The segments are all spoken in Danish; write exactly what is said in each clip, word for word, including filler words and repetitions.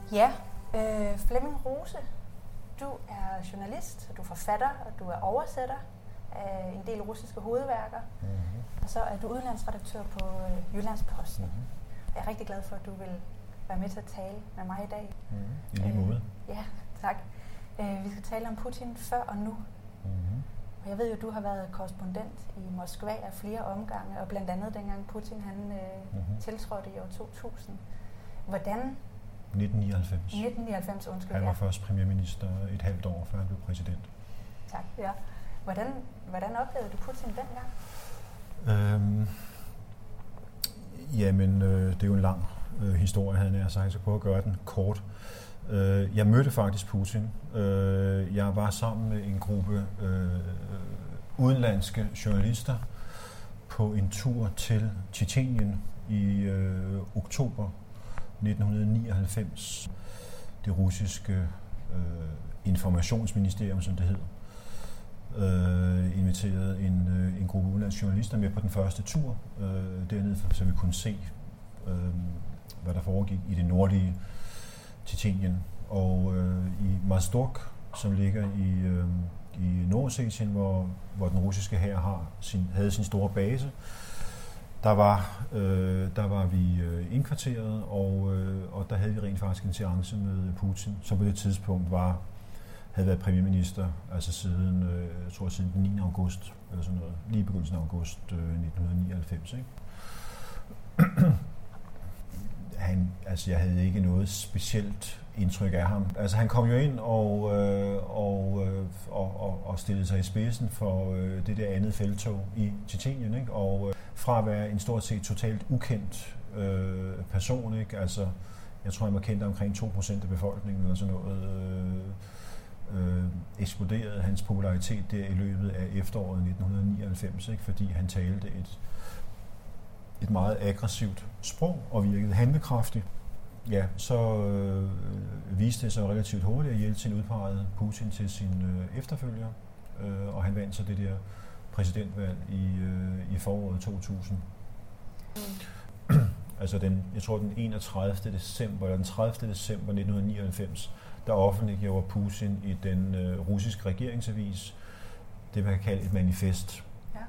Ja, øh, Flemming Rose, du er journalist, du er forfatter, og du er oversætter af en del russiske hovedværker. Mm-hmm. Og så er du udenlandsredaktør på øh, Jyllandsposten. Mm-hmm. Jeg er rigtig glad for, at du vil være med til at tale med mig i dag. Mm-hmm. I lige måde. Øh, ja, tak. Øh, vi skal tale om Putin før og nu. Mm-hmm. Og jeg ved jo, at du har været korrespondent i Moskva af flere omgange, og blandt andet dengang Putin han øh, mm-hmm. tiltrådte i år to tusind. Hvordan... nitten nioghalvfems. nitten nioghalvfems, undskyld. Han var ja. først premierminister et halvt år, før han blev præsident. Tak, ja. Hvordan, hvordan oplevede du Putin dengang? Øhm, jamen, øh, det er jo en lang øh, historie, havde jeg sagt. Jeg skal prøve at gøre den kort. Øh, jeg mødte faktisk Putin. Øh, jeg var sammen med en gruppe øh, udenlandske journalister på en tur til Tjetjenien i øh, oktober nitten nioghalvfems. Det russiske øh, informationsministerium, som det hed, øh, inviterede en, øh, en gruppe udenlandske journalister med på den første tur øh, dernede, så vi kunne se, øh, hvad der foregik i det nordlige Tjetjenien. Og øh, i Mozdok, som ligger i, øh, i Nordossetien, hvor, hvor den russiske hær har sin, havde sin store base, Der var, øh, der var vi øh, indkvarteret, og, øh, og der havde vi rent faktisk en seance med Putin, som på det tidspunkt var, havde været premierminister, altså siden, øh, jeg tror siden den niende august, eller sådan noget, lige i begyndelsen af august øh, nitten nioghalvfems. Ikke? Han, altså jeg havde ikke noget specielt indtryk af ham. Altså han kom jo ind og, øh, og, øh, og, og, og stillede sig i spidsen for øh, det der andet felttog i Tjetjenien, ikke? Og øh, fra at være en stort set totalt ukendt øh, person, ikke? Altså jeg tror han var kendt omkring to procent af befolkningen eller sådan noget, øh, øh, eksploderede hans popularitet der i løbet af efteråret nitten nioghalvfems, ikke? Fordi han talte et et meget aggressivt sprog og virkede handlekraftig. Ja, så øh, viste det sig relativt hurtigt, at Jeltsin udpegede Putin til sin øh, efterfølger, øh, og han vandt så det der præsidentvalg i, øh, i foråret to tusind. Mm. Altså den, jeg tror den enogtredivte december eller den tredivte december nitten nioghalvfems, der offentliggjorde Putin i den øh, russiske regeringsavis det, man kan kalde et manifest.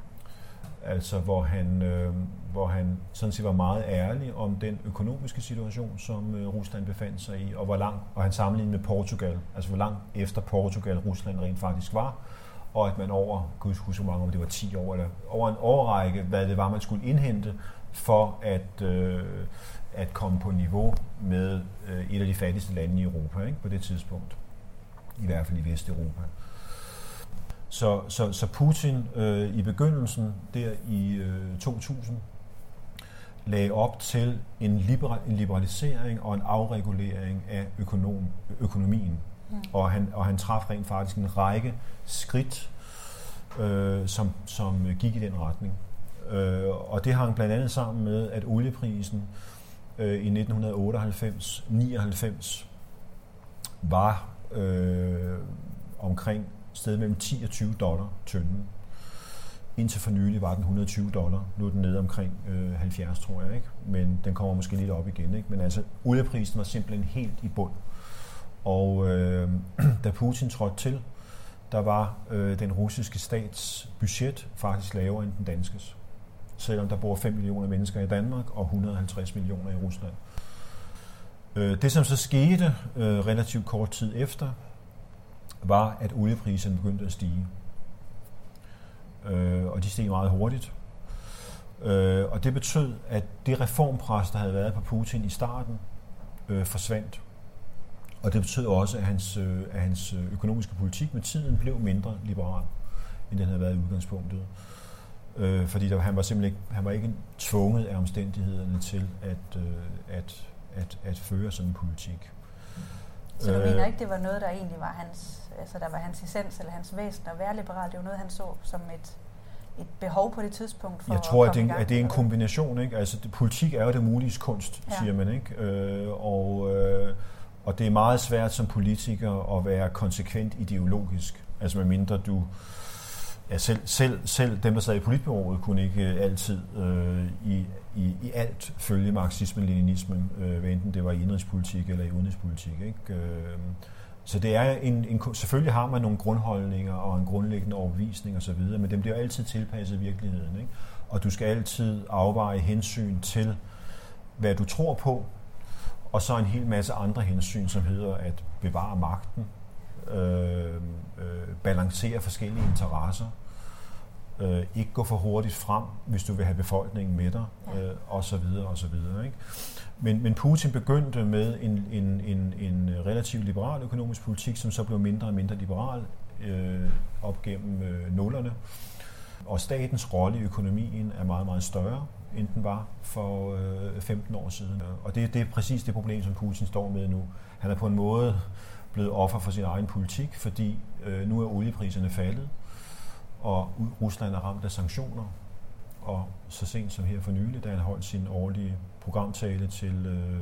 Altså hvor han, øh, hvor han sådan set var meget ærlig om den økonomiske situation, som øh, Rusland befandt sig i, og hvor langt, og han sammenlignede med Portugal, altså hvor langt efter Portugal Rusland rent faktisk var, og at man over, kan jeg huske hvor mange, om det var ti år, eller over en årrække, hvad det var, man skulle indhente for at, øh, at komme på niveau med øh, et af de fattigste lande i Europa, ikke? På det tidspunkt, i hvert fald i Vesteuropa. Så, så, så Putin øh, i begyndelsen der i øh, to tusind lagde op til en, liberal, en liberalisering og en afregulering af økonom, økonomien. Mm. Og, han, og han traf rent faktisk en række skridt, øh, som, som gik i den retning. Øh, og det hang blandt andet sammen med, at olieprisen øh, i nitten otteoghalvfems nioghalvfems var øh, omkring sted mellem ti og tyve dollar tønden. Indtil for nylig var den et hundrede og tyve dollar. Nu er den nede omkring øh, halvfjerds, tror jeg, ikke? Men den kommer måske lidt op igen, ikke? Men altså, olieprisen var simpelthen helt i bund. Og øh, da Putin trådte til, der var øh, den russiske stats budget faktisk lavere end den danskes. Selvom der bor fem millioner mennesker i Danmark og et hundrede og halvtreds millioner i Rusland. Øh, det, som så skete øh, relativt kort tid efter, var, at oliepriserne begyndte at stige. Øh, og de steg meget hurtigt. Øh, og det betød, at det reformpres, der havde været på Putin i starten, øh, forsvandt. Og det betød også, at hans, øh, at hans økonomiske politik med tiden blev mindre liberal, end den havde været i udgangspunktet. Øh, fordi der, han var simpelthen ikke, han var ikke tvunget af omstændighederne til at, øh, at, at, at føre sådan en politik. Så du mener ikke, det var noget, der egentlig var hans, altså der var hans essens eller hans væsen at være liberal? Det var noget, han så som et, et behov på det tidspunkt for Jeg tror, at, at det, at det er en kombination, ikke? Altså, det, politik er jo det muliges kunst, ja. Siger man, ikke? Øh, og, øh, og det er meget svært som politiker at være konsekvent ideologisk. Altså, medmindre du ja, selv, selv, selv dem, der sad i politbureauet, kunne ikke altid øh, i, i, i alt følge marxismen-leninismen, øh, hvad enten det var i indrigspolitik eller i udenrigspolitik. Ikke? Øh, så det er en, en, selvfølgelig har man nogle grundholdninger og en grundlæggende overbevisning osv., men dem bliver altid tilpasset virkeligheden. Ikke? Og du skal altid afveje hensyn til, hvad du tror på, og så en hel masse andre hensyn, som hedder at bevare magten, øh, øh, balancere forskellige interesser, øh, ikke gå for hurtigt frem, hvis du vil have befolkningen med dig, øh, og så videre, og så videre. Ikke? Men, men Putin begyndte med en, en, en, en relativt liberal økonomisk politik, som så blev mindre og mindre liberal øh, op gennem øh, nullerne. Og statens rolle i økonomien er meget, meget større, end den var for øh, femten år siden. Og det, det er præcis det problem, som Putin står med nu. Han er på en måde blevet offer for sin egen politik, fordi øh, nu er oliepriserne faldet, og Rusland er ramt af sanktioner. Og så sent som her for nylig, da han holdt sin årlige programtale til øh,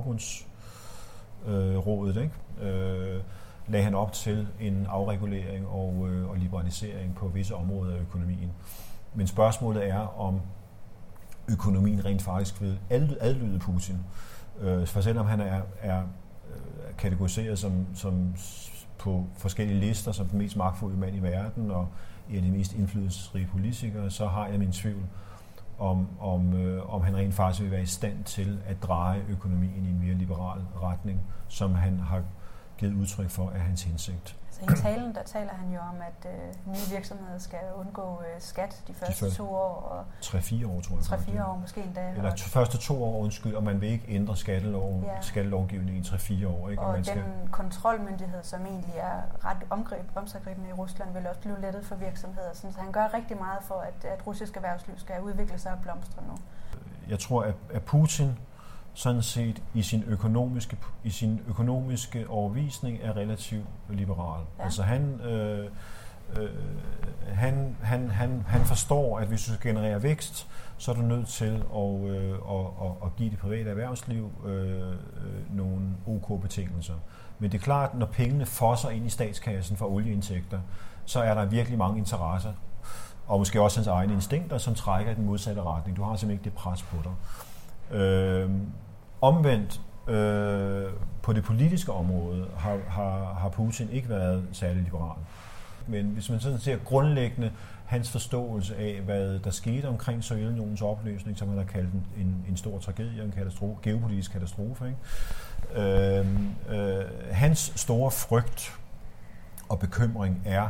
forbundsrådet, øh, ikke? Øh, lagde han op til en afregulering og, øh, og liberalisering på visse områder af økonomien. Men spørgsmålet er, om økonomien rent faktisk vil adlyde Putin. Øh, for selvom han er, er kategoriseret som, som på forskellige lister som den mest magtfulde mand i verden og en af de mest indflydelsesrige politikere, så har jeg min tvivl om, om, øh, om han rent faktisk vil være i stand til at dreje økonomien i en mere liberal retning, som han har givet udtryk for af hans hensigt. Så i talen, der taler han jo om, at øh, nye virksomheder skal undgå øh, skat de første, de første to år. Og tre-fire år, tror jeg. tre-fire år måske endda. Eller de første to år, undskyld, og man vil ikke ændre skattelov, ja. skattelovgivningen i tre-fire år. Ikke? Og, og man den skal... kontrolmyndighed, som egentlig er ret omgreb, omsaggribende i Rusland, vil også blive lettet for virksomheder. Så han gør rigtig meget for, at, at russisk erhvervsliv skal udvikle sig og blomstre nu. Jeg tror, at, at Putin sådan set i sin økonomiske, i sin økonomiske overbevisning er relativt liberal. Ja. Altså han, øh, øh, han, han, han, han forstår, at hvis du skal generere vækst, så er du nødt til at, øh, at, at, at give det private erhvervsliv øh, øh, nogle ok betingelser. Men det er klart, når pengene fosser ind i statskassen for olieindtægter, så er der virkelig mange interesser, og måske også hans egne instinkter, som trækker i den modsatte retning. Du har simpelthen ikke det pres på dig. Øh, omvendt øh, på det politiske område har, har, har Putin ikke været særlig liberal. Men hvis man sådan ser grundlæggende hans forståelse af, hvad der skete omkring Sovjetunionens opløsning, som han har kaldt en, en, en stor tragedie, en katastrofe, geopolitisk katastrofe, ikke? Øh, øh, hans store frygt og bekymring er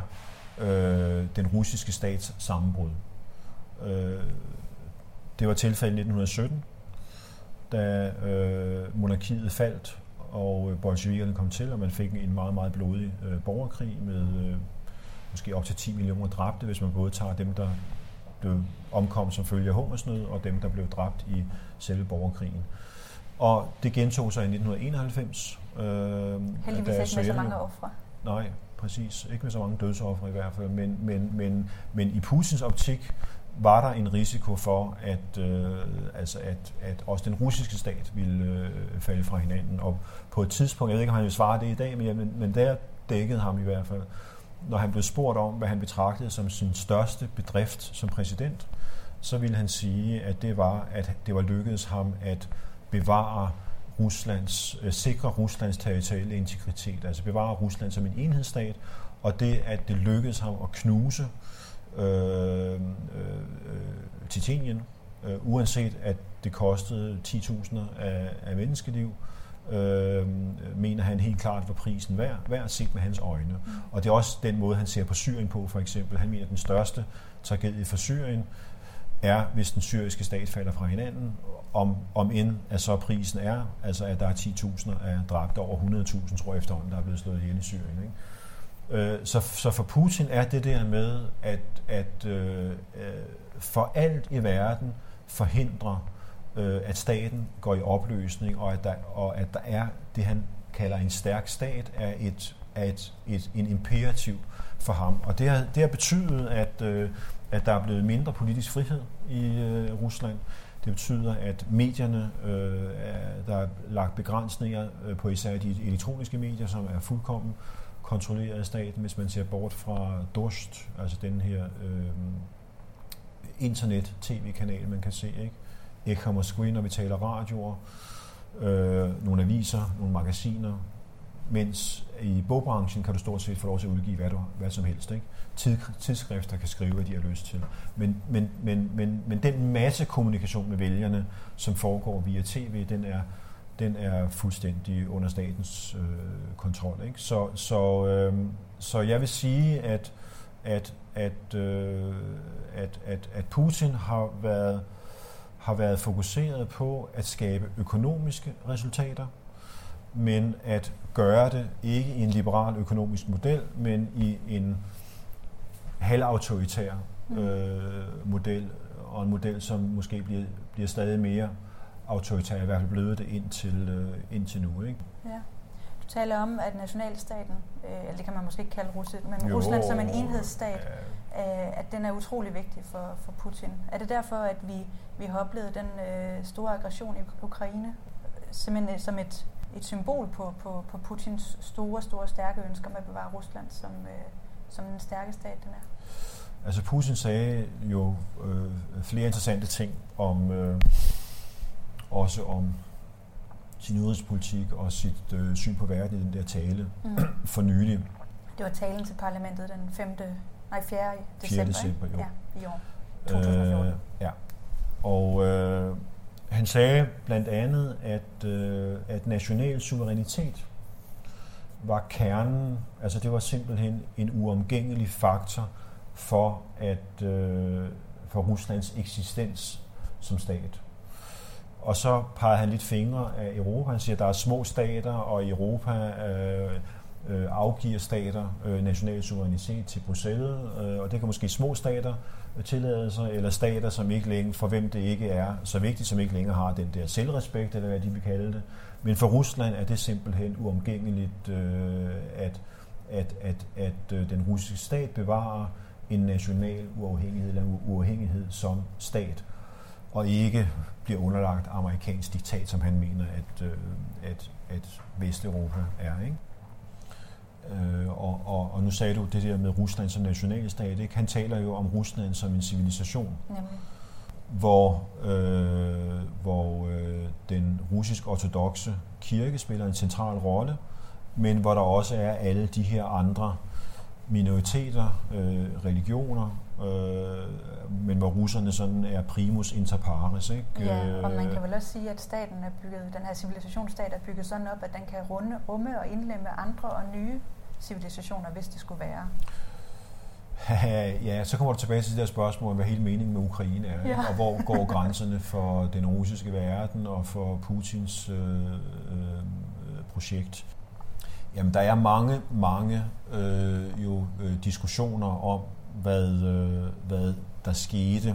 øh, den russiske stats sammenbrud. Øh, det var tilfældet i nitten sytten, da øh, monarkiet faldt, og bolsjevikerne kom til, og man fik en meget, meget blodig øh, borgerkrig med øh, måske op til ti millioner dræbte, hvis man både tager dem, der blev omkom som følge af hungersnød, og dem, der blev dræbt i selve borgerkrigen. Og det gentog sig i nitten enoghalvfems. Øh, Heldigvis ikke med så mange ofre. Nej, præcis. Ikke med så mange dødsofre i hvert fald. Men, men, men, men i Putins optik var der en risiko for, at, øh, altså at, at også den russiske stat ville øh, falde fra hinanden. Og på et tidspunkt, jeg ved ikke, om han vil svare det i dag, men, men, men der dækkede ham i hvert fald, når han blev spurgt om, hvad han betragtede som sin største bedrift som præsident, så ville han sige, at det var, at det var lykkedes ham at bevare Ruslands, øh, sikre Ruslands territoriale integritet, altså bevare Rusland som en enhedsstat, og det, at det lykkedes ham at knuse Øh, øh, Tjetjenien, øh, uanset at det kostede ti tusinder af, af menneskeliv, øh, mener han helt klart var prisen værd, værd set med hans øjne. Mm. Og det er også den måde, han ser på Syrien på, for eksempel. Han mener, at den største tragedie for Syrien er, hvis den syriske stat falder fra hinanden, om, om end at så prisen er, altså at der er ti tusinder af dræbte, over hundrede tusind, tror jeg efterhånden, der er blevet slået ihjel i Syrien, ikke? Så, så for Putin er det der med at, at øh, for alt i verden forhindre, øh, at staten går i opløsning, og at, der, og at der er det, han kalder en stærk stat, er, et, er et, et, en imperativ for ham. Og det har, det har betydet, at, øh, at der er blevet mindre politisk frihed i øh, Rusland. Det betyder, at medierne, øh, er, der er lagt begrænsninger på især de elektroniske medier, som er fuldkommen kontrolleret af staten, hvis man ser bort fra Dost, altså den her øh, internet-tv-kanal, man kan se, ikke? Echo Moskva, når vi taler radioer, øh, nogle aviser, nogle magasiner, mens i bogbranchen kan du stort set få lov til at udgive hvad, du, hvad som helst, ikke? Tid, tidsskrifter kan skrive, hvad de har lyst til. Men, men, men, men, men den masse kommunikation med vælgerne, som foregår via tv, den er, den er fuldstændig under statens øh, kontrol, ikke? Så, så, øh, så jeg vil sige, at, at, at, øh, at, at, at Putin har været, har været fokuseret på at skabe økonomiske resultater, men at gøre det ikke i en liberal økonomisk model, men i en halvautoritær øh, model, og en model, som måske bliver, bliver stadig mere autoritær, i hvert fald blevet det indtil, øh, indtil nu. Ikke? Ja. Du taler om, at nationalstaten, øh, eller det kan man måske ikke kalde Rusland, men jo, Rusland som en enhedsstat, ja. øh, at den er utrolig vigtig for, for Putin. Er det derfor, at vi, vi har oplevet den øh, store aggression i Ukraine, simpelthen som et et symbol på, på, på Putins store, store, stærke ønsker med at bevare Rusland som, øh, som den stærke stat, den er? Altså Putin sagde jo øh, flere interessante ting om øh, også om sin udenrigspolitik og sit øh, syn på verden i den der tale mm. for nylig. Det var talen til parlamentet den femte nej, fjerde december, fjerde december jo. Ja, i år. to tusind og fjorten. Øh, ja. Og øh, han sagde blandt andet, at, øh, at national suverænitet var kernen, altså det var simpelthen en uomgængelig faktor for, at, øh, for Ruslands eksistens som stat. Og så peger han lidt fingre af Europa. Han siger, at der er små stater, og Europa øh, øh, afgiver stater øh, national suverænitet til Bruxelles, øh, og det kan måske små stater tillade sig, eller stater, som ikke længere, for hvem det ikke er så vigtigt, som ikke længere har den der selvrespekt, eller hvad de vil kalde det. Men for Rusland er det simpelthen uomgængeligt, øh, at, at, at, at øh, den russiske stat bevarer en national uafhængighed, eller uafhængighed som stat, og ikke bliver underlagt amerikansk diktat, som han mener, at, øh, at, at Vesteuropa er, ikke? Øh, og, og, og nu sagde du det der med Rusland som nationalstat, ikke? Han taler jo om Rusland som en civilisation, Jamen. hvor, øh, hvor øh, den russisk-ortodokse kirke spiller en central rolle, men hvor der også er alle de her andre minoriteter, øh, religioner, øh, men hvor russerne sådan er primus inter pares, ikke? Ja, og man kan vel også sige, at staten er bygget, den her civilisationsstat er bygget sådan op, at den kan runde, rumme og indlemme andre og nye civilisationer, hvis det skulle være. Ja, så kommer du tilbage til det der spørgsmål, hvad hele meningen med Ukraine er, ja. Og hvor går grænserne for den russiske verden og for Putins øh, øh, projekt. Jamen, der er mange, mange øh, jo, øh, diskussioner om, hvad, øh, hvad der skete.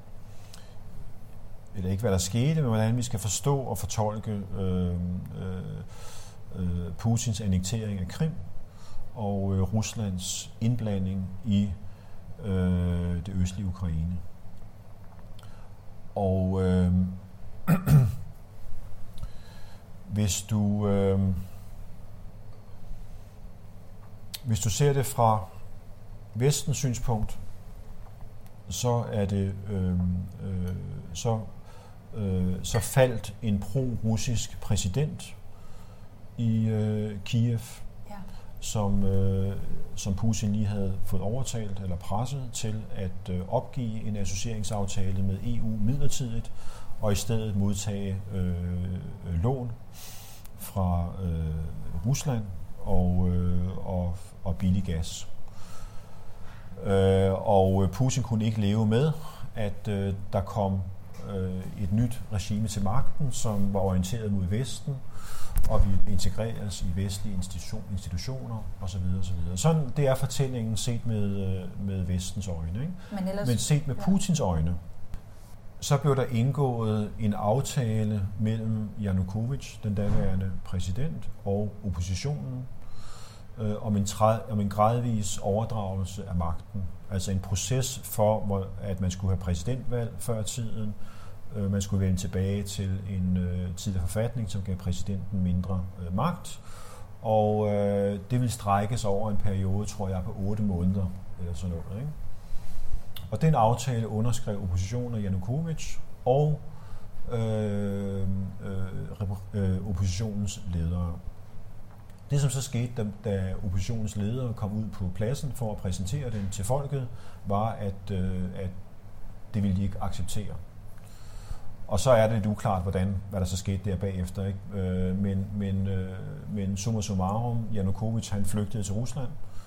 Eller ikke hvad der skete, men hvordan vi skal forstå og fortolke øh, øh, Putins annektering af Krim og øh, Ruslands indblanding i øh, det østlige Ukraine. Og øh, hvis du øh, hvis du ser det fra Vestens synspunkt, så er det øh, øh, så øh, så faldt en pro-russisk præsident i øh, Kiev, ja. som øh, som Putin lige havde fået overtalt eller presset til at øh, opgive en associeringsaftale med E U midlertidigt og i stedet modtage øh, lån fra øh, Rusland og øh, og og billig gas. Øh, og Putin kunne ikke leve med, at øh, der kom øh, et nyt regime til magten, som var orienteret mod Vesten, og vi integreres i vestlige institution, institutioner osv. osv. Sådan det er fortællingen set med, med Vestens øjne. Ikke? Men, ellers, Men set med Putins øjne, så blev der indgået en aftale mellem Yanukovych, den daværende præsident, og oppositionen, øh, om, en træ, om en gradvis overdragelse af magten. Altså en proces for, at man skulle have præsidentvalg før tiden. Øh, man skulle vende tilbage til en øh, tidligere forfatning, som gav præsidenten mindre øh, magt. Og øh, det vil strækkes over en periode, tror jeg, på otte måneder, eller sådan noget. Ikke? Og den aftale underskrev oppositionen af Janukovic og øh, øh, oppositionens ledere. Det, som så skete, da, da oppositionens ledere kom ud på pladsen for at præsentere den til folket, var, at, øh, at det ville de ikke acceptere. Og så er det lidt uklart, hvordan, hvad der så skete der bagefter. Ikke? Øh, men, men, øh, men summa summarum, Janukovic, han flygtede til Rusland.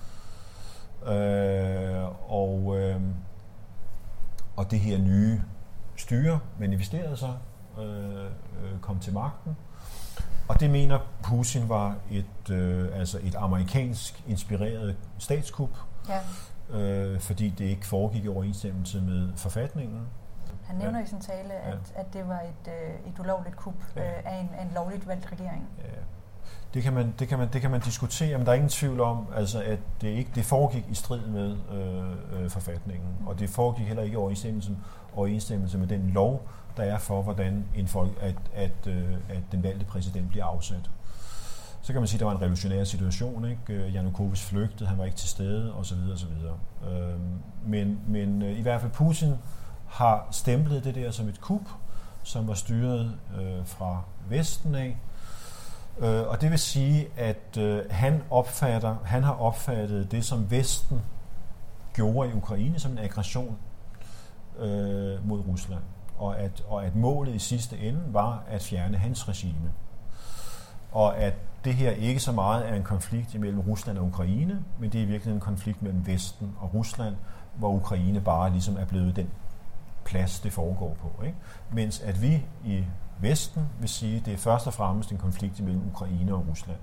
Øh, og, øh, og det her nye styre manifesterede sig, øh, kom til magten. Og det mener Putin var et, øh, altså et amerikansk inspireret statskup, ja. øh, fordi det ikke foregik i overensstemmelse med forfatningen. Han nævner ja. i sin tale, at, ja. at det var et, øh, et ulovligt kup ja. øh, af, en, af en lovligt valgt regering. Ja. Det kan man, det kan man, det kan man diskutere, men der er ingen tvivl om, altså, at det ikke det foregik i strid med øh, øh, forfatningen, mm. og det foregik heller ikke i overensstemmelse, overensstemmelse med den lov, der er for, hvordan en folk, at, at, øh, at den valgte præsident bliver afsat. Så kan man sige, at der var en revolutionær situation. Ikke? Janukovic flygtede, han var ikke til stede, osv. osv. Øh, men men øh, i hvert fald Putin har stemplet det der som et kup, som var styret øh, fra Vesten af. Øh, og det vil sige, at øh, han, opfatter, han har opfattet det, som Vesten gjorde i Ukraine, som en aggression øh, mod Rusland. Og at, og at målet i sidste ende var at fjerne hans regime. Og at det her ikke så meget er en konflikt mellem Rusland og Ukraine, men det er virkelig en konflikt mellem Vesten og Rusland, hvor Ukraine bare ligesom er blevet den plads, det foregår på. Ikke? Mens at vi i Vesten vil sige, at det er først og fremmest en konflikt mellem Ukraine og Rusland.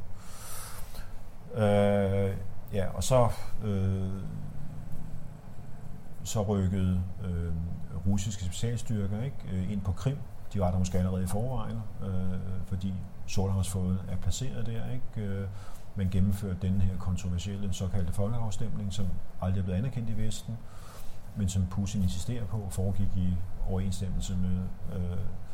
Øh, ja, og så, øh, så rykkede øh, russiske specialstyrker ikke, øh, ind på Krim. De var der måske allerede i forvejen, øh, fordi Sortehavsflåden er placeret der. Ikke? Øh, man gennemførte den her kontroversielle såkaldte folkeafstemning, som aldrig er blevet anerkendt i Vesten, men som Putin insisterer på, foregik i overensstemmelse med øh,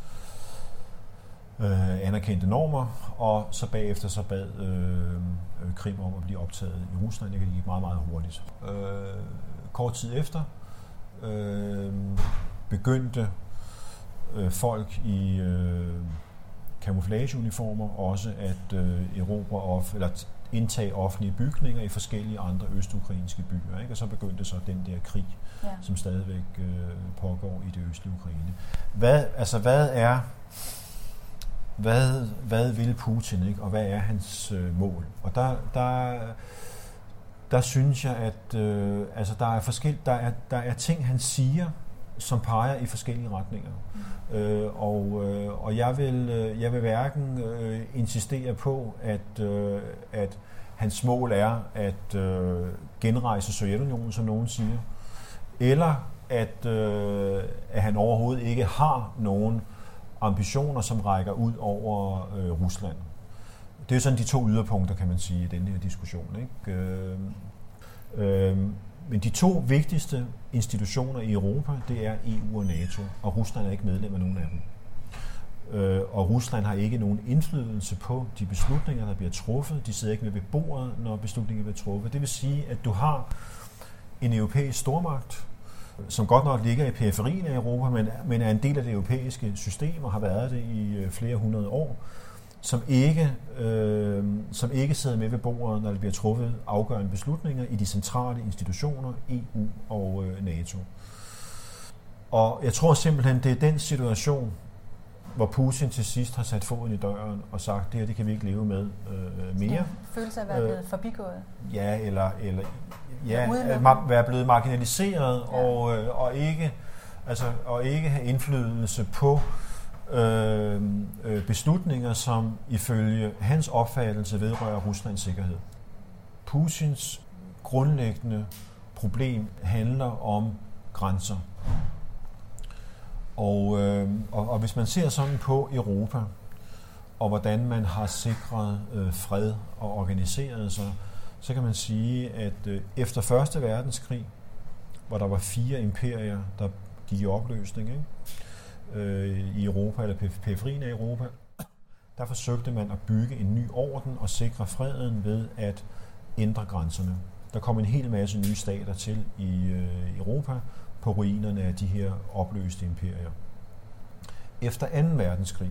øh, anerkendte normer, og så bagefter så bad øh, Krim om at blive optaget i Rusland. Det gik meget, meget hurtigt. Øh, kort tid efter øh, begyndte øh, folk i øh, camouflageuniformer også at øh, erobre off, eller indtage offentlige bygninger i forskellige andre østukrainske byer. Ikke? Og så begyndte så den der krig, ja. som stadigvæk øh, pågår i det østlige Ukraine. Hvad, altså, hvad er hvad, hvad vil Putin, ikke? Og hvad er hans øh, mål? Og der, der, der synes jeg, at øh, altså, der, er forskel, der, er, der er ting, han siger, som peger i forskellige retninger. Mm. Øh, og, øh, og jeg vil, øh, jeg vil hverken øh, insistere på, at, øh, at hans mål er at øh, genrejse Sovjetunionen, som nogen siger, eller at, øh, at han overhovedet ikke har nogen ambitioner, som rækker ud over øh, Rusland. Det er jo sådan de to yderpunkter, kan man sige, i den her diskussion. Ikke? Øh, øh, Men de to vigtigste institutioner i Europa, det er E U og NATO, og Rusland er ikke medlem af nogen af dem. Øh, og Rusland har ikke nogen indflydelse på de beslutninger, der bliver truffet. De sidder ikke med ved bordet, når beslutninger bliver truffet. Det vil sige, at du har en europæisk stormagt, som godt nok ligger i periferien af Europa, men, men er en del af det europæiske system og har været det i flere hundrede år, som ikke, øh, som ikke sidder med ved bordet, når der bliver truffet afgørende beslutninger i de centrale institutioner, E U og øh, NATO. Og jeg tror simpelthen, det er den situation, hvor Putin til sidst har sat foden i døren og sagt, det her det kan vi ikke leve med øh, mere. Følelse af at være blevet øh, forbigået. Ja, eller, eller ja, at være blevet marginaliseret ja. og, øh, og, ikke, altså, og ikke have indflydelse på Øh, øh, beslutninger, som ifølge hans opfattelse vedrører Ruslands sikkerhed. Putins grundlæggende problem handler om grænser. Og, øh, og, og hvis man ser sådan på Europa, og hvordan man har sikret øh, fred og organiseret sig, så kan man sige, at øh, efter første verdenskrig, hvor der var fire imperier, der gik i opløsning, ikke? i Europa, eller periferien af Europa, der forsøgte man at bygge en ny orden og sikre freden ved at ændre grænserne. Der kom en hel masse nye stater til i øh, Europa på ruinerne af de her opløste imperier. Efter anden verdenskrig,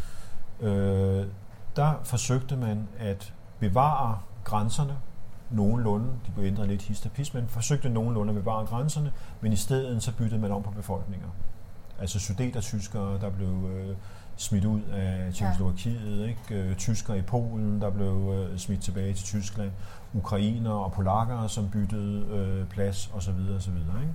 øh, der forsøgte man at bevare grænserne nogenlunde. De blev ændret lidt hist og pist, men forsøgte nogenlunde at bevare grænserne, men i stedet så byttede man om på befolkninger. Altså sudetertyskere, der blev øh, smidt ud af Tjekkoslovakiet, ikke? Øh, tyskere i Polen, der blev øh, smidt tilbage til Tyskland, ukrainere og polakker, som byttede øh, plads osv. osv.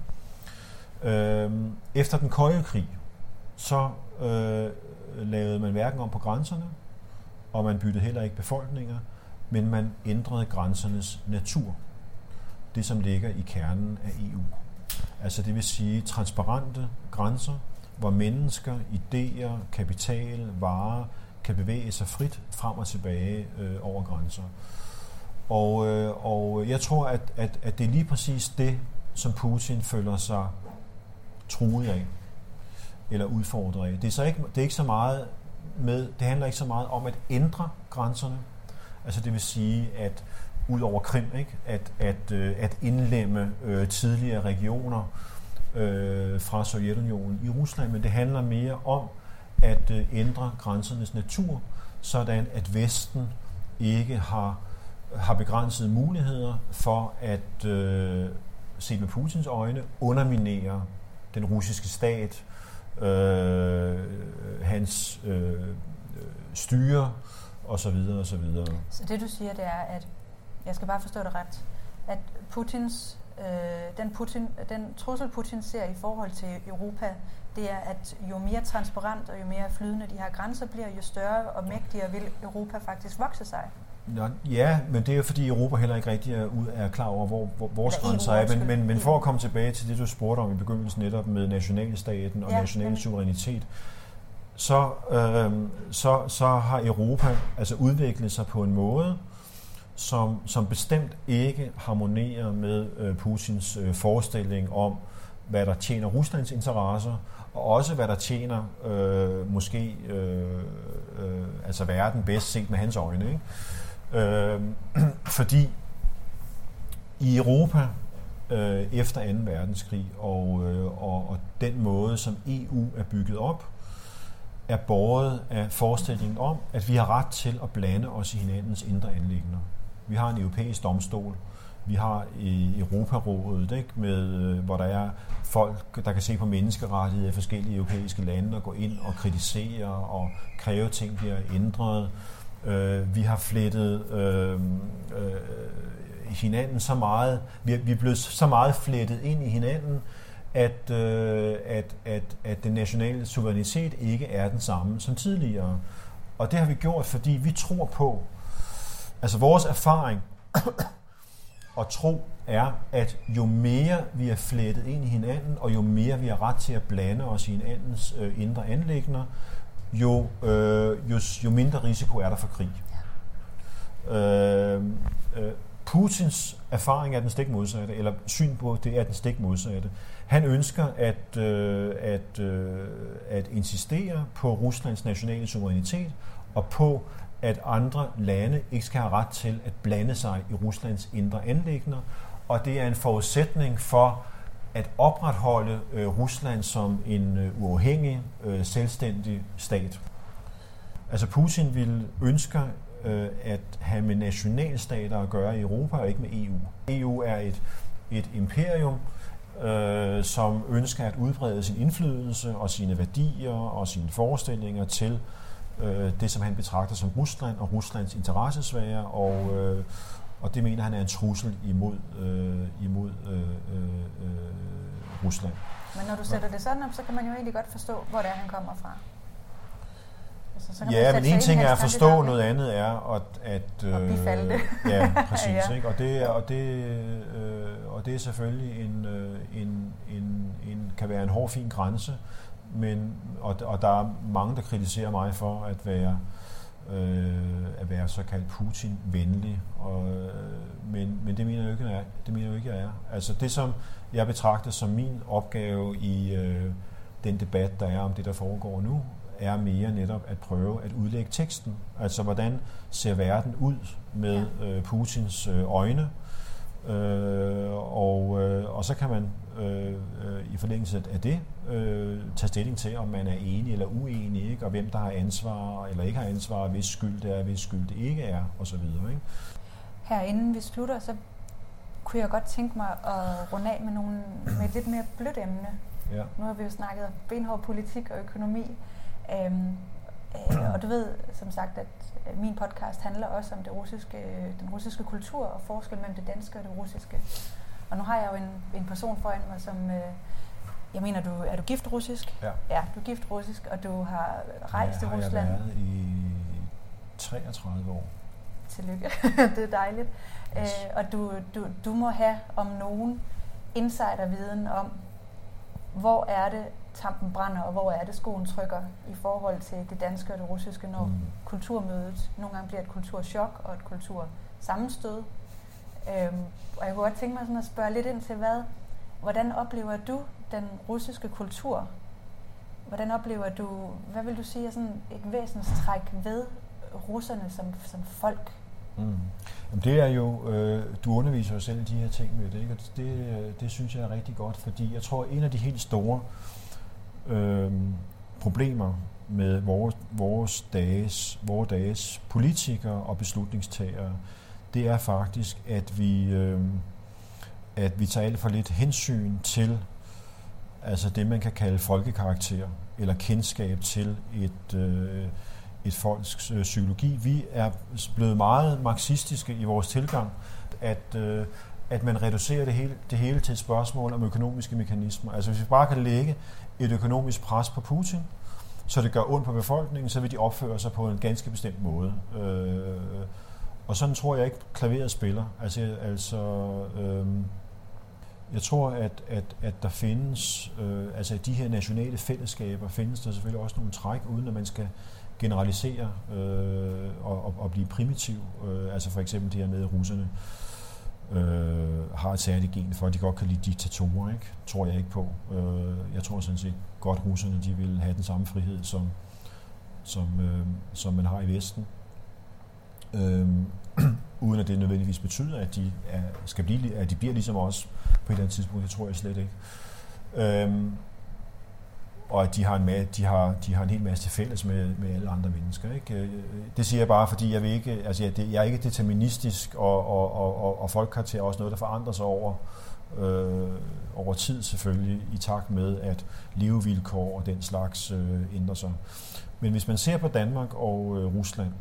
Øh, efter den kolde krig, så øh, lavede man hverken om på grænserne, og man byttede heller ikke befolkninger, men man ændrede grænsernes natur. Det, som ligger i kernen af E U. Altså det vil sige transparente grænser, hvor mennesker, idéer, kapital, varer kan bevæge sig frit frem og tilbage øh, over grænser. Og, øh, og jeg tror, at, at, at det er lige præcis det, som Putin føler sig truet af, eller udfordret af. Det er, så ikke, det er ikke så meget med, det handler ikke så meget om at ændre grænserne, altså det vil sige, at ud over Krim, ikke? At, at, at indlemme øh, tidligere regioner øh, fra Sovjetunionen i Rusland, men det handler mere om at øh, ændre grænsernes natur, sådan at Vesten ikke har, har begrænsede muligheder for at, øh, set med Putins øjne, underminere den russiske stat, øh, hans øh, styre, og så videre, og så videre. Så det du siger, det er, at jeg skal bare forstå det ret, at Putins, øh, den, Putin, den trussel Putin ser i forhold til Europa, det er, at jo mere transparent og jo mere flydende de her grænser bliver, jo større og mægtigere vil Europa faktisk vokse sig. Ja, men det er jo fordi Europa heller ikke rigtig er, ud, er klar over, hvor, hvor vores grænser er. Men, men, men for at komme tilbage til det, du spurgte om i begyndelsen netop med nationalstaten og ja, national suverænitet, så, øh, så, så har Europa altså udviklet sig på en måde, som, som bestemt ikke harmonerer med øh, Putins øh, forestilling om, hvad der tjener Ruslands interesser, og også hvad der tjener øh, måske øh, øh, altså verden bedst set med hans øjne. Ikke? Øh, fordi i Europa øh, efter anden verdenskrig og, øh, og, og den måde, som E U er bygget op, er båret af forestillingen om, at vi har ret til at blande os i hinandens indre anliggender. Vi har en europæisk domstol, vi har i Europarådet, ikke, med, hvor der er folk, der kan se på menneskerettigheder i forskellige europæiske lande og gå ind og kritisere og kræve ting bliver ændret. Øh, vi har flettet øh, øh, hinanden så meget, vi er, vi er blevet så meget flettet ind i hinanden, at, øh, at, at, at den nationale suverænitet ikke er den samme som tidligere. Og det har vi gjort, fordi vi tror på, altså vores erfaring og tro er, at jo mere vi er flettet ind i hinanden, og jo mere vi har ret til at blande os i hinandens øh, indre anliggender, jo, øh, jo, jo mindre risiko er der for krig. Ja. Øh, øh, Putins erfaring er den stik modsatte, eller syn på det er den stik modsatte. Han ønsker at, øh, at, øh, at insistere på Ruslands nationale suverænitet, og på, at andre lande ikke skal have ret til at blande sig i Ruslands indre anliggender, og det er en forudsætning for at opretholde øh, Rusland som en øh, uafhængig, øh, selvstændig stat. Altså Putin vil ønske øh, at have med nationalstater at gøre i Europa, og ikke med E U. E U er et, et imperium, øh, som ønsker at udbrede sin indflydelse og sine værdier og sine forestillinger til øh, det, som han betragter som Rusland og Ruslands interessesfære, og, øh, og det mener han er en trussel imod, øh, imod øh, øh, Rusland. Men når du sætter det sådan op, så kan man jo egentlig godt forstå, hvor det er, han kommer fra. Altså, så ja, men en ting er at forstå, noget andet er at... at øh, og bifalde det. Ja, præcis. ja. Ikke? Og, det, og, det, øh, og det er selvfølgelig en, en, en, en, kan være en hård, fin grænse, men, og, og der er mange, der kritiserer mig for at være, øh, at være såkaldt Putin-venlig. Og, øh, men, men det mener jeg ikke, jeg er. Det mener jeg ikke, jeg er. Altså det, som jeg betragter som min opgave i øh, den debat, der er om det, der foregår nu, er mere netop at prøve at udlægge teksten. Altså, hvordan ser verden ud med ja. øh, Putins øh, øjne? Øh, og, øh, og så kan man øh, øh, i forlængelse af det øh, tage stilling til, om man er enig eller uenig, ikke? Og hvem der har ansvar eller ikke har ansvar, hvis skyld det er, hvis skyld det ikke er, osv. Her inden vi slutter, så kunne jeg godt tænke mig at runde af med, nogle, med et lidt mere blødt emne. Ja. Nu har vi jo snakket om benhård politik og økonomi. Øhm, øh, og du ved, som sagt, at min podcast handler også om det russiske, den russiske kultur og forskel mellem det danske og det russiske. Og nu har jeg jo en, en person foran mig, som... Øh, jeg mener, du, er du gift russisk? Ja. Ja, du er gift russisk, og du har rejst til Rusland. Jeg har været i treogtredive år. Tillykke. Det er dejligt. Yes. Øh, og du, du, du må have om nogen insiderviden om, hvor er det tampen brænder, og hvor er det skoen trykker i forhold til det danske og det russiske, når mm. kulturmødet nogle gange bliver et kulturschok og et kultursammenstød. Øhm, og jeg kunne godt tænke mig sådan at spørge lidt ind til, hvad, hvordan oplever du den russiske kultur? Hvordan oplever du, hvad vil du sige er sådan et væsenstræk ved russerne som, som folk? Mm. Jamen det er jo, øh, du underviser jo selv de her ting med det, ikke? Og det, det synes jeg er rigtig godt, fordi jeg tror, en af de helt store øh, problemer med vores, vores, dages, vores dages politikere og beslutningstagere, det er faktisk, at vi, øh, at vi tager alt for lidt hensyn til altså det, man kan kalde folkekarakter, eller kendskab til et... Øh, et folks øh, psykologi. Vi er blevet meget marxistiske i vores tilgang, at, øh, at man reducerer det hele, det hele til et spørgsmål om økonomiske mekanismer. Altså hvis vi bare kan lægge et økonomisk pres på Putin, så det gør ondt på befolkningen, så vil de opføre sig på en ganske bestemt måde. Øh, og sådan tror jeg ikke, klaveret spiller. Altså, altså øh, jeg tror, at, at, at der findes, øh, altså de her nationale fællesskaber, findes der selvfølgelig også nogle træk, uden at man skal generalisere øh, og, og, og blive primitiv. Øh, altså for eksempel det her med, at russerne øh, har et særligt gen for, at de godt kan lide diktatorer, ikke? Tror jeg ikke på. Øh, jeg tror sådan set godt, at russerne de vil have den samme frihed, som, som, øh, som man har i Vesten. Øh, uden at det nødvendigvis betyder, at de, er, skal blive, at de bliver ligesom os på et eller andet tidspunkt. Det tror jeg slet ikke. Øh, og at de har, en, de, har, de har en hel masse til fælles med, med alle andre mennesker. Ikke? Det siger jeg bare, fordi jeg, vil ikke, altså jeg, jeg er ikke deterministisk, og, og, og, og folkekarakter er også noget, der forandrer sig over, øh, over tid selvfølgelig, i takt med, at levevilkår og den slags øh, ændrer sig. Men hvis man ser på Danmark og øh, Rusland,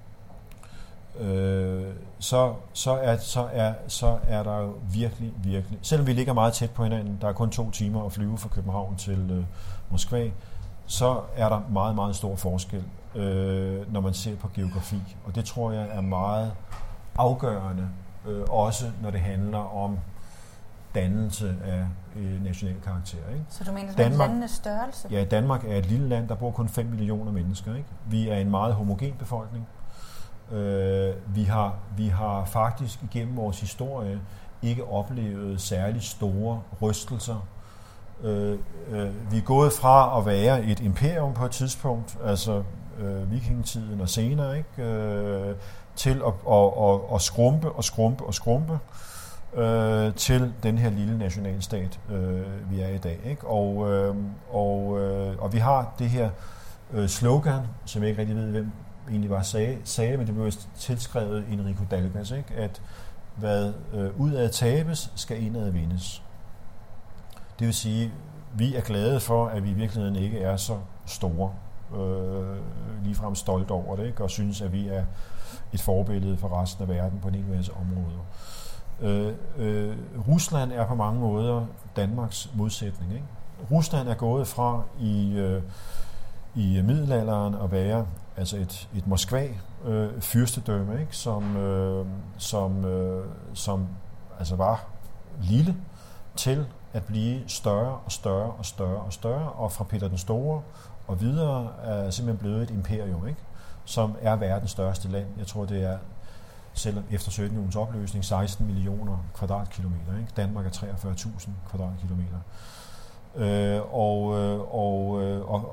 øh, så, så, er, så, er, så er der jo virkelig, virkelig... Selvom vi ligger meget tæt på hinanden, der er kun to timer at flyve fra København til øh, Moskva, så er der meget, meget stor forskel, øh, når man ser på geografi. Og det tror jeg er meget afgørende, øh, også når det handler om dannelse af øh, national karakter. Ikke? Så du mener, det er landenes størrelse? Ja, Danmark er et lille land, der bor kun fem millioner mennesker. Ikke? Vi er en meget homogen befolkning. Øh, vi, har, vi har faktisk igennem vores historie ikke oplevet særlig store rystelser. Øh, øh, vi er gået fra at være et imperium på et tidspunkt, altså øh, vikingetiden og senere, ikke? Øh, til at, at, at, at skrumpe og skrumpe og skrumpe øh, til den her lille nationalstat, øh, vi er i dag. Ikke? Og, øh, og, øh, og vi har det her øh, slogan, som jeg ikke rigtig ved, hvem egentlig bare sagde, sagde men det blev tilskrevet Enrico Dalgas, ikke? At hvad øh, udad tabes, skal indad vindes. Det vil sige, vi er glade for, at vi i virkeligheden ikke er så store, øh, ligefrem stolte over det, ikke? Og synes, at vi er et forbillede for resten af verden på en hel masse områder. Øh, øh, Rusland er på mange måder Danmarks modsætning. Ikke? Rusland er gået fra i, øh, i middelalderen at være altså et, et Moskva øh, fyrstedømme, ikke? Som, øh, som, øh, som altså var lille til at blive større og større og større og større, og fra Peter den Store og videre er simpelthen blevet et imperium, ikke? Som er verdens største land. Jeg tror, det er, selv efter Sovjetunionens opløsning, seksten millioner kvadratkilometer. Ikke? Danmark er treogfyrre tusind kvadratkilometer. Øh, og, og, og,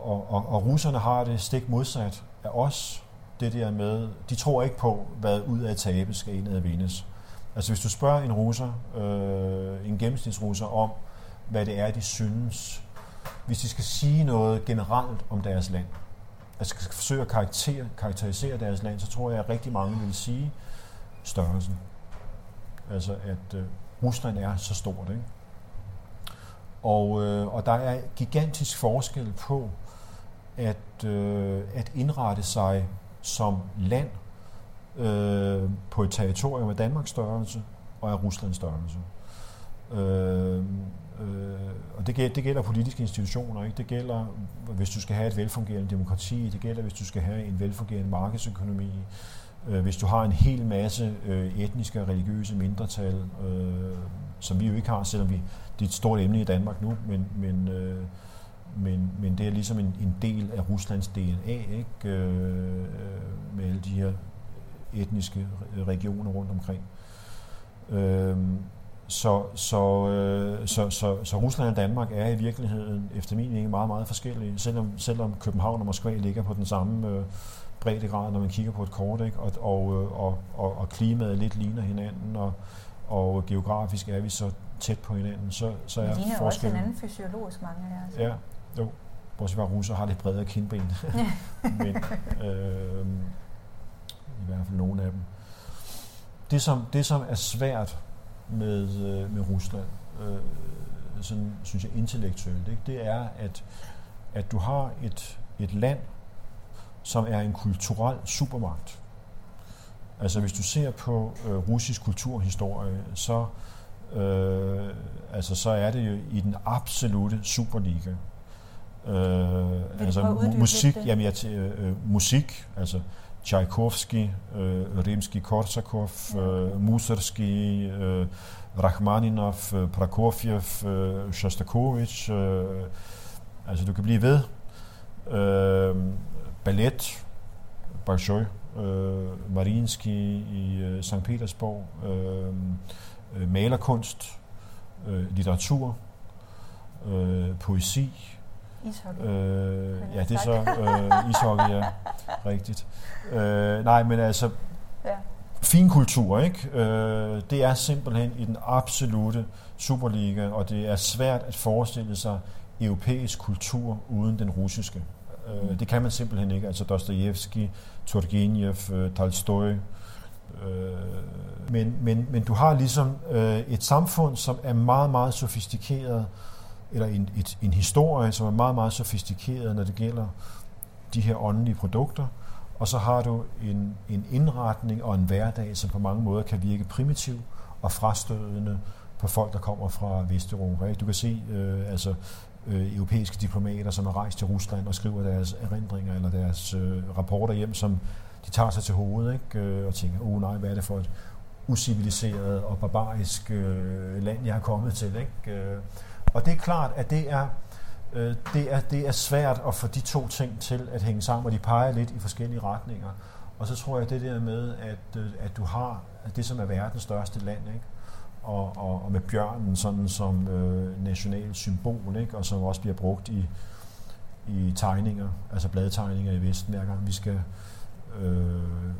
og, og, og russerne har det stik modsat af os. Det der med, de tror ikke på, hvad ud af tabe skal ind at vindes. Altså hvis du spørger en russer, øh, en gennemsnitsrusser om, hvad det er, de synes, hvis de skal sige noget generelt om deres land, altså skal forsøge at karakter, karakterisere deres land, så tror jeg, at rigtig mange vil sige størrelsen. Altså at øh, Rusland er så stort, ikke? Og, øh, og der er gigantisk forskel på at, øh, at indrette sig som land øh, på et territorium af Danmarks størrelse og af Ruslands størrelse. Øh, øh, og det gælder, det gælder politiske institutioner, ikke? Det gælder, hvis du skal have et velfungerende demokrati, det gælder, hvis du skal have en velfungerende markedsøkonomi, øh, hvis du har en hel masse øh, etniske og religiøse mindretal, øh, som vi jo ikke har, selvom vi, det er et stort emne i Danmark nu, men, men, øh, men, men det er ligesom en, en del af Ruslands D N A, ikke? Øh, med alle de her etniske regioner rundt omkring. Øh, Så, så, øh, så, så, så Rusland og Danmark er i virkeligheden efter min mening meget, meget forskellige, selvom, selvom København og Moskva ligger på den samme øh, breddegrad, når man kigger på et kort, ikke? Og, og, og, og, og klimaet lidt ligner hinanden, og, og geografisk er vi så tæt på hinanden, så, så er forskellen. Det ligner jo også hinanden fysiologisk mange af os. Ja, jo. Bortset fra russer har lidt bredere kindben, men øh, i hvert fald nogle af dem. Det som, det, som er svært med, med Rusland, øh, sådan synes jeg intellektuelt, ikke? Det er, at, at du har et, et land, som er en kulturel supermagt. Altså hvis du ser på øh, russisk kulturhistorie, så, øh, altså, så er det jo i den absolute superliga. Øh, altså mu- musik, jamen, jeg, øh, musik, altså Tchaikovsky, øh, Rimsky-Korsakov, øh, Mussorgsky, øh, Rachmaninov, øh, Prokofjev, øh, Shostakovich, øh, altså du kan blive ved. Øh, ballet, Bolshoi, øh, Mariinsky i øh, Sankt Petersborg, øh, øh, malerkunst, øh, litteratur, øh, poesi. Ishockey. Øh, ja, det er så øh, ishockey, ja, rigtigt. Øh, nej, men altså, ja. Finkultur, ikke? Øh, det er simpelthen i den absolute superliga, og det er svært at forestille sig europæisk kultur uden den russiske. Øh, mm. Det kan man simpelthen ikke. Altså Dostojevskij, Turgenev, Tolstoj. Øh, men, men, men du har ligesom øh, et samfund, som er meget, meget sofistikeret, eller en, et, en historie, som er meget, meget sofistikeret, når det gælder de her åndelige produkter. Og så har du en, en indretning og en hverdag, som på mange måder kan virke primitiv og frastødende på folk, der kommer fra Vesteuropa. Du kan se øh, altså, øh, europæiske diplomater, som er rejst til Rusland og skriver deres erindringer eller deres øh, rapporter hjem, som de tager sig til hovedet, ikke? Øh, og tænker, oh nej, hvad er det for et uciviliseret og barbarisk øh, land, jeg er kommet til, ikke? Øh, Og det er klart, at det er, øh, det, er, det er svært at få de to ting til at hænge sammen, og de peger lidt i forskellige retninger. Og så tror jeg, det der med, at, at du har det, som er verdens største land, ikke? Og, og, og med bjørnen sådan som øh, national symbol, ikke? Og som også bliver brugt i, i tegninger, altså bladtegninger i Vesten, hver gang vi skal øh, øh,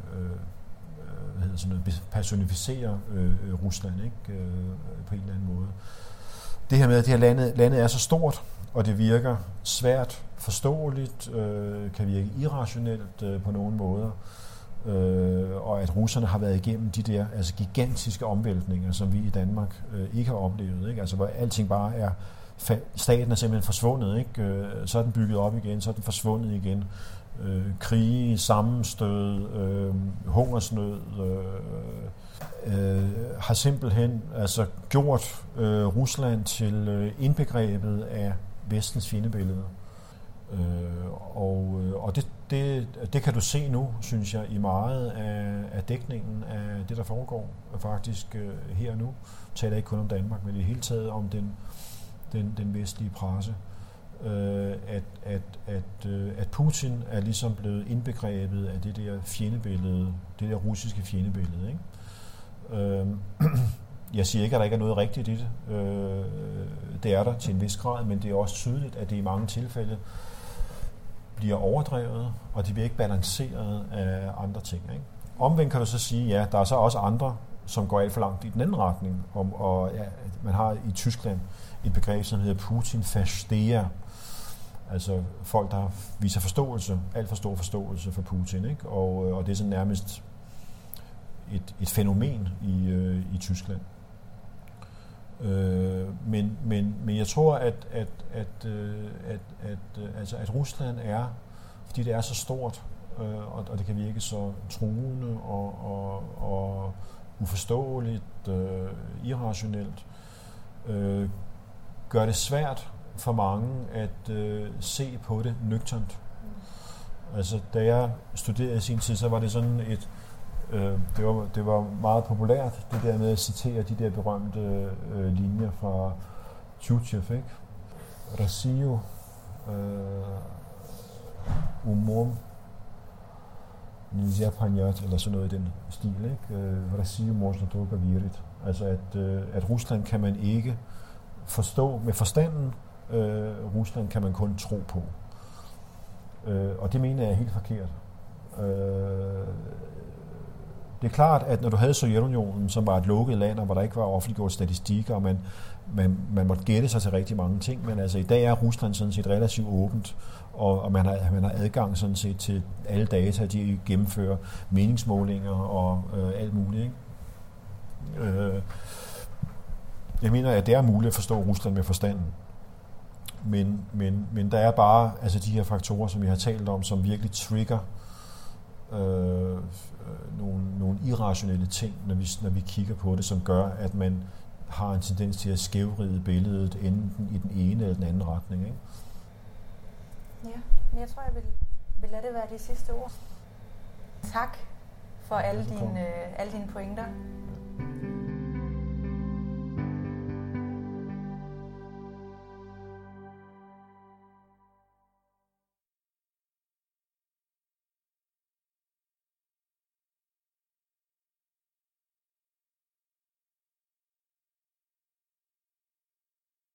hvad hedder sådan noget, personificere øh, Rusland, ikke? Øh, på en eller anden måde. Det her med, at det her landet, landet er så stort, og det virker svært forståeligt, øh, kan virke irrationelt øh, på nogle måder, øh, og at russerne har været igennem de der altså gigantiske omvæltninger, som vi i Danmark øh, ikke har oplevet, ikke? Altså hvor alting bare er, fa- staten er simpelthen forsvundet, ikke? Øh, så er den bygget op igen, så er den forsvundet igen. Øh, krige, sammenstød, øh, hungersnød, øh, øh, har simpelthen altså gjort øh, Rusland til øh, indbegrebet af vestens fjendebillede. Øh, og og det, det, det kan du se nu, synes jeg, i meget af, af dækningen af det, der foregår faktisk øh, her og nu. Jeg taler ikke kun om Danmark, men i det hele taget om den, den, den vestlige presse. Øh, at, at, at, øh, at Putin er ligesom blevet indbegrebet af det der fjendebillede, det der russiske fjendebillede, ikke? Øh, jeg siger ikke, at der ikke er noget rigtigt i det. Øh, det er der til en vis grad, men det er også tydeligt, at det i mange tilfælde bliver overdrevet, og de bliver ikke balanceret af andre ting. Ikke? Omvendt kan du så sige, ja, der er så også andre, som går alt for langt i den anden retning. Og, og ja, man har i Tyskland et begreb, som hedder Putin-Versteher. Altså folk, der viser forståelse, alt for stor forståelse for Putin. Ikke? Og, og det er sådan nærmest et, et fænomen i, øh, i Tyskland. Øh, men, men, men jeg tror, at, at, at, øh, at, at, øh, altså, at Rusland er, fordi det er så stort, øh, og, og det kan virke så truende og, og, og uforståeligt, øh, irrationelt, øh, gør det svært for mange at øh, se på det nøgternt. Altså, da jeg studerede i sin tid, så var det sådan et øh, det, var, det var meget populært, det der med at citere de der berømte øh, linjer fra Tjutjev, ikke? Россию, øh, umom, nельзя понять, eller sådan noget i den stil, ikke? Россию можно только верить. Altså, at, øh, at Rusland kan man ikke forstå med forstanden, øh, Rusland kan man kun tro på. Øh, og det mener jeg er helt forkert. Øh, det er klart, at når du havde Sovjetunionen, som var et lukket land, og hvor der ikke var offentliggjort statistikker, og man, man, man måtte gætte sig til rigtig mange ting, men altså i dag er Rusland sådan set relativt åbent, og, og man, har, man har adgang sådan set til alle data, de gennemfører meningsmålinger og øh, alt muligt. Ikke? Øh, jeg mener, at det er muligt at forstå Rusland med forstanden. Men, men, men der er bare altså de her faktorer, som vi har talt om, som virkelig trigger øh, nogle, nogle irrationelle ting, når vi, når vi kigger på det, som gør, at man har en tendens til at skævride billedet enten i den ene eller den anden retning. Ikke? Ja, men jeg tror, jeg vil, vil lade det være de sidste ord. Tak for alle dine, øh, alle dine pointer.